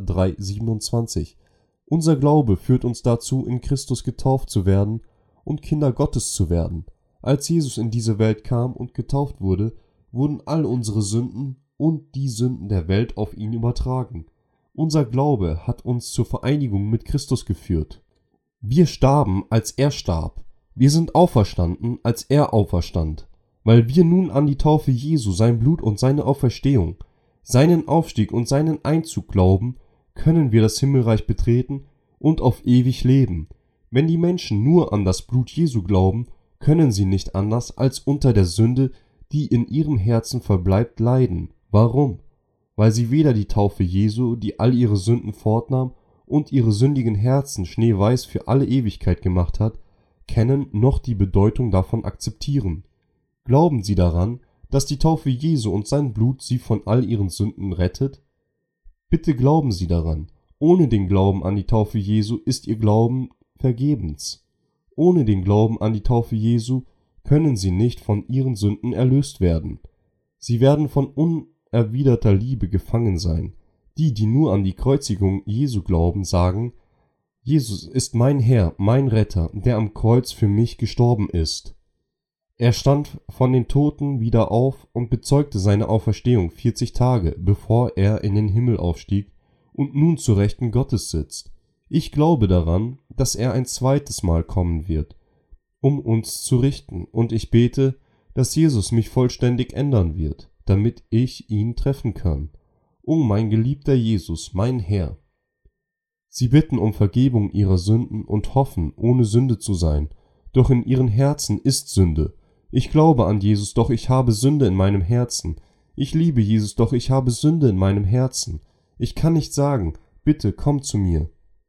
3,27. Unser Glaube führt uns dazu, in Christus getauft zu werden und Kinder Gottes zu werden. Als Jesus in diese Welt kam und getauft wurde, wurden all unsere Sünden und die Sünden der Welt auf ihn übertragen. Unser Glaube hat uns zur Vereinigung mit Christus geführt. Wir starben, als er starb. Wir sind auferstanden, als er auferstand. Weil wir nun an die Taufe Jesu, sein Blut und seine Auferstehung, seinen Aufstieg und seinen Einzug glauben, können wir das Himmelreich betreten und auf ewig leben. Wenn die Menschen nur an das Blut Jesu glauben, können sie nicht anders als unter der Sünde, die in ihrem Herzen verbleibt, leiden. Warum? Weil sie weder die Taufe Jesu, die all ihre Sünden fortnahm und ihre sündigen Herzen schneeweiß für alle Ewigkeit gemacht hat, kennen, noch die Bedeutung davon akzeptieren. Glauben sie daran, dass die Taufe Jesu und sein Blut sie von all ihren Sünden rettet? Bitte glauben sie daran. Ohne den Glauben an die Taufe Jesu ist ihr Glauben vergebens. Ohne den Glauben an die Taufe Jesu können sie nicht von ihren Sünden erlöst werden. Sie werden von unerwiderter Liebe gefangen sein. Die, die nur an die Kreuzigung Jesu glauben, sagen: Jesus ist mein Herr, mein Retter, der am Kreuz für mich gestorben ist. Er stand von den Toten wieder auf und bezeugte seine Auferstehung 40 Tage, bevor er in den Himmel aufstieg und nun zur Rechten Gottes sitzt. Ich glaube daran, dass er ein zweites Mal kommen wird, um uns zu richten, und ich bete, dass Jesus mich vollständig ändern wird, damit ich ihn treffen kann. O mein geliebter Jesus, mein Herr! Sie bitten um Vergebung ihrer Sünden und hoffen, ohne Sünde zu sein, doch in ihren Herzen ist Sünde. Ich glaube an Jesus, doch ich habe Sünde in meinem Herzen. Ich liebe Jesus, doch ich habe Sünde in meinem Herzen. Ich kann nicht sagen: Bitte komm zu mir,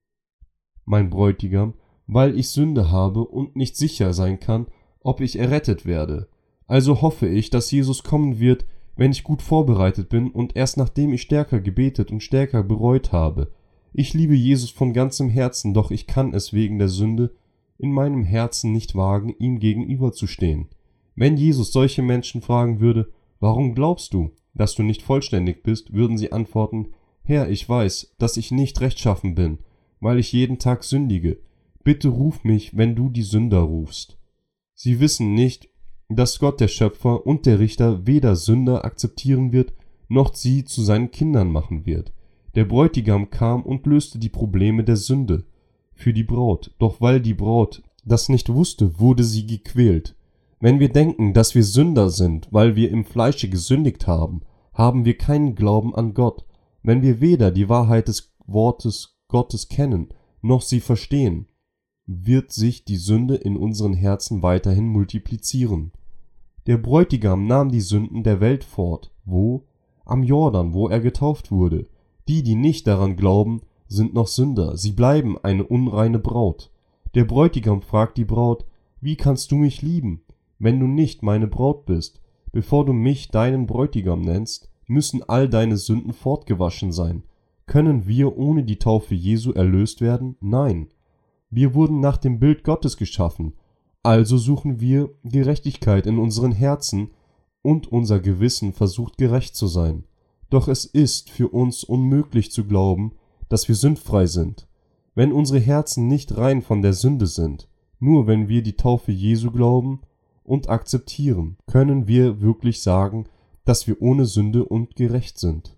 mein Bräutigam, weil ich Sünde habe und nicht sicher sein kann, ob ich errettet werde. Also hoffe ich, dass Jesus kommen wird, wenn ich gut vorbereitet bin und erst nachdem ich stärker gebetet und stärker bereut habe. Ich liebe Jesus von ganzem Herzen, doch ich kann es wegen der Sünde in meinem Herzen nicht wagen, ihm gegenüberzustehen. Wenn Jesus solche Menschen fragen würde: Warum glaubst du, dass du nicht vollständig bist?, würden sie antworten: Herr, ich weiß, dass ich nicht rechtschaffen bin, weil ich jeden Tag sündige. Bitte ruf mich, wenn du die Sünder rufst. Sie wissen nicht, dass Gott, der Schöpfer und der Richter, weder Sünder akzeptieren wird, noch sie zu seinen Kindern machen wird. Der Bräutigam kam und löste die Probleme der Sünde für die Braut, doch weil die Braut das nicht wusste, wurde sie gequält. Wenn wir denken, dass wir Sünder sind, weil wir im Fleische gesündigt haben, haben wir keinen Glauben an Gott. Wenn wir weder die Wahrheit des Wortes Gottes kennen, noch sie verstehen, wird sich die Sünde in unseren Herzen weiterhin multiplizieren. Der Bräutigam nahm die Sünden der Welt fort. Wo? Am Jordan, wo er getauft wurde. Die, die nicht daran glauben, sind noch Sünder. Sie bleiben eine unreine Braut. Der Bräutigam fragt die Braut: Wie kannst du mich lieben, wenn du nicht meine Braut bist? Bevor du mich deinen Bräutigam nennst, müssen all deine Sünden fortgewaschen sein. Können wir ohne die Taufe Jesu erlöst werden? Nein. Wir wurden nach dem Bild Gottes geschaffen. Also suchen wir Gerechtigkeit in unseren Herzen und unser Gewissen versucht gerecht zu sein. Doch es ist für uns unmöglich zu glauben, dass wir sündfrei sind, wenn unsere Herzen nicht rein von der Sünde sind. Nur wenn wir die Taufe Jesu glauben und akzeptieren, können wir wirklich sagen, dass wir ohne Sünde und gerecht sind.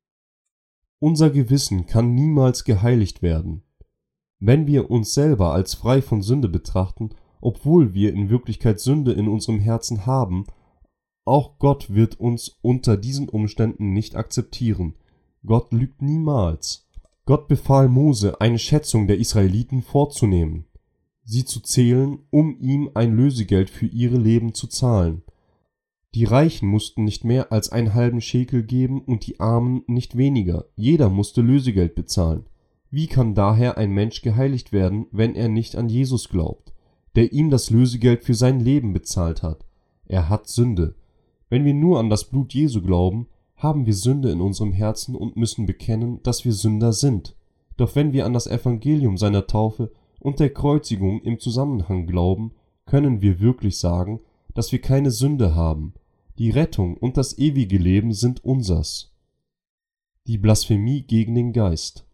Unser Gewissen kann niemals geheiligt werden. Wenn wir uns selber als frei von Sünde betrachten, obwohl wir in Wirklichkeit Sünde in unserem Herzen haben, Auch Gott wird uns unter diesen Umständen nicht akzeptieren. Gott lügt niemals. Gott befahl Mose, eine Schätzung der Israeliten vorzunehmen, sie zu zählen, um ihm ein Lösegeld für ihre Leben zu zahlen. Die Reichen mussten nicht mehr als einen halben Schekel geben und die Armen nicht weniger. Jeder musste Lösegeld bezahlen. Wie kann daher ein Mensch geheiligt werden, wenn er nicht an Jesus glaubt, der ihm das Lösegeld für sein Leben bezahlt hat? Er hat Sünde. Wenn wir nur an das Blut Jesu glauben, haben wir Sünde in unserem Herzen und müssen bekennen, dass wir Sünder sind. Doch wenn wir an das Evangelium seiner Taufe und der Kreuzigung im Zusammenhang glauben, können wir wirklich sagen, dass wir keine Sünde haben. Die Rettung und das ewige Leben sind unsers. Die Blasphemie gegen den Geist.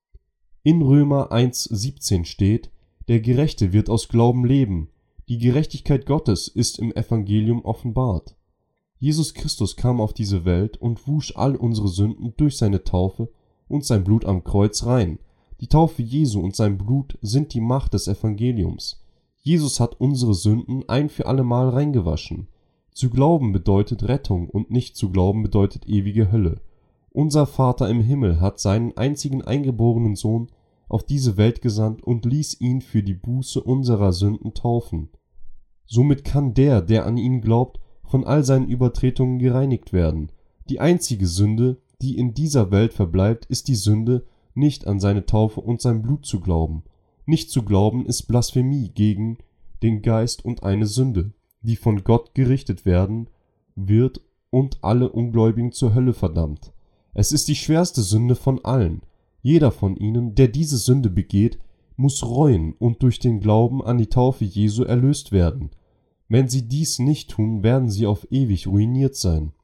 In Römer 1,17 steht: Der Gerechte wird aus Glauben leben. Die Gerechtigkeit Gottes ist im Evangelium offenbart. Jesus Christus kam auf diese Welt und wusch all unsere Sünden durch seine Taufe und sein Blut am Kreuz rein. Die Taufe Jesu und sein Blut sind die Macht des Evangeliums. Jesus hat unsere Sünden ein für allemal reingewaschen. Zu glauben bedeutet Rettung und nicht zu glauben bedeutet ewige Hölle. Unser Vater im Himmel hat seinen einzigen eingeborenen Sohn auf diese Welt gesandt und ließ ihn für die Buße unserer Sünden taufen. Somit kann der, der an ihn glaubt, von all seinen Übertretungen gereinigt werden. Die einzige Sünde, die in dieser Welt verbleibt, ist die Sünde, nicht an seine Taufe und sein Blut zu glauben. Nicht zu glauben ist Blasphemie gegen den Geist und eine Sünde, die von Gott gerichtet werden wird und alle Ungläubigen zur Hölle verdammt. Es ist die schwerste Sünde von allen. Jeder von ihnen, der diese Sünde begeht, muss reuen und durch den Glauben an die Taufe Jesu erlöst werden. Wenn sie dies nicht tun, werden sie auf ewig ruiniert sein.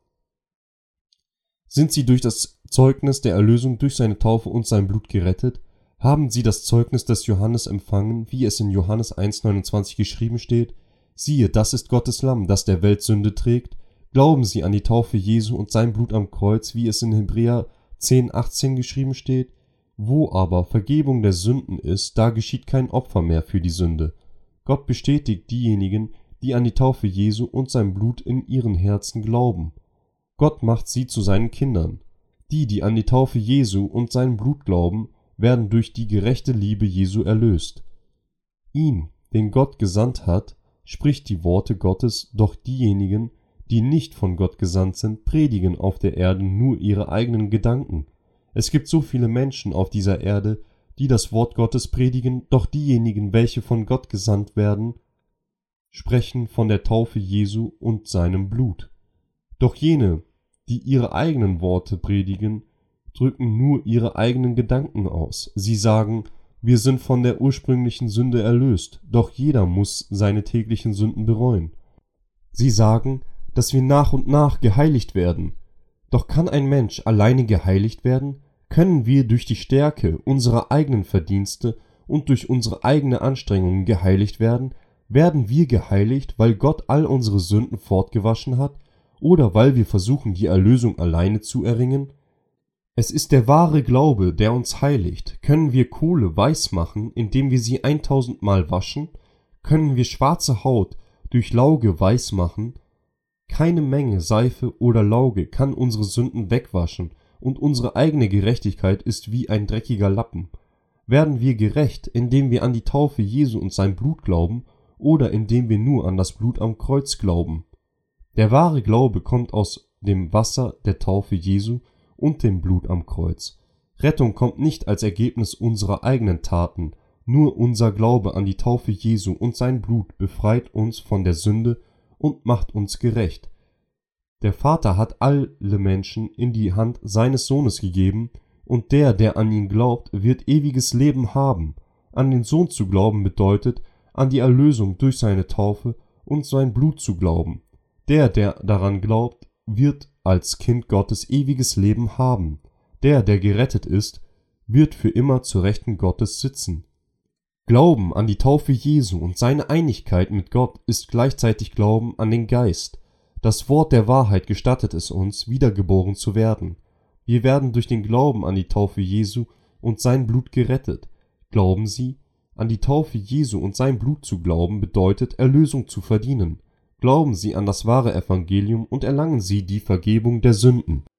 Sind sie durch das Zeugnis der Erlösung durch seine Taufe und sein Blut gerettet? Haben sie das Zeugnis des Johannes empfangen, wie es in Johannes 1,29 geschrieben steht? Siehe, das ist Gottes Lamm, das der Welt Sünde trägt. Glauben sie an die Taufe Jesu und sein Blut am Kreuz, wie es in Hebräer 10,18 geschrieben steht? Wo aber Vergebung der Sünden ist, da geschieht kein Opfer mehr für die Sünde. Gott bestätigt diejenigen, die an die Taufe Jesu und sein Blut in ihren Herzen glauben. Gott macht sie zu seinen Kindern. Die, die an die Taufe Jesu und sein Blut glauben, werden durch die gerechte Liebe Jesu erlöst. Ihn, den Gott gesandt hat, spricht die Worte Gottes, doch diejenigen, die nicht von Gott gesandt sind, predigen auf der Erde nur ihre eigenen Gedanken. Es gibt so viele Menschen auf dieser Erde, die das Wort Gottes predigen, doch diejenigen, welche von Gott gesandt werden, sprechen von der Taufe Jesu und seinem Blut. Doch jene, die ihre eigenen Worte predigen, drücken nur ihre eigenen Gedanken aus. Sie sagen, wir sind von der ursprünglichen Sünde erlöst, doch jeder muss seine täglichen Sünden bereuen. Sie sagen, dass wir nach und nach geheiligt werden. Doch kann ein Mensch alleine geheiligt werden? Können wir durch die Stärke unserer eigenen Verdienste und durch unsere eigene Anstrengungen geheiligt werden? Werden wir geheiligt, weil Gott all unsere Sünden fortgewaschen hat oder weil wir versuchen, die Erlösung alleine zu erringen? Es ist der wahre Glaube, der uns heiligt. Können wir Kohle weiß machen, indem wir sie 1000 Mal waschen? Können wir schwarze Haut durch Lauge weiß machen? Keine Menge Seife oder Lauge kann unsere Sünden wegwaschen, und unsere eigene Gerechtigkeit ist wie ein dreckiger Lappen. Werden wir gerecht, indem wir an die Taufe Jesu und sein Blut glauben, oder indem wir nur an das Blut am Kreuz glauben? Der wahre Glaube kommt aus dem Wasser der Taufe Jesu und dem Blut am Kreuz. Rettung kommt nicht als Ergebnis unserer eigenen Taten, nur unser Glaube an die Taufe Jesu und sein Blut befreit uns von der Sünde und macht uns gerecht. Der Vater hat alle Menschen in die Hand seines Sohnes gegeben, und der, der an ihn glaubt, wird ewiges Leben haben. An den Sohn zu glauben bedeutet, an die Erlösung durch seine Taufe und sein Blut zu glauben. Der, der daran glaubt, wird als Kind Gottes ewiges Leben haben. Der, der gerettet ist, wird für immer zur Rechten Gottes sitzen. Glauben an die Taufe Jesu und seine Einigkeit mit Gott ist gleichzeitig Glauben an den Geist. Das Wort der Wahrheit gestattet es uns, wiedergeboren zu werden. Wir werden durch den Glauben an die Taufe Jesu und sein Blut gerettet. Glauben Sie? An die Taufe Jesu und sein Blut zu glauben bedeutet, Erlösung zu verdienen. Glauben Sie an das wahre Evangelium und erlangen Sie die Vergebung der Sünden.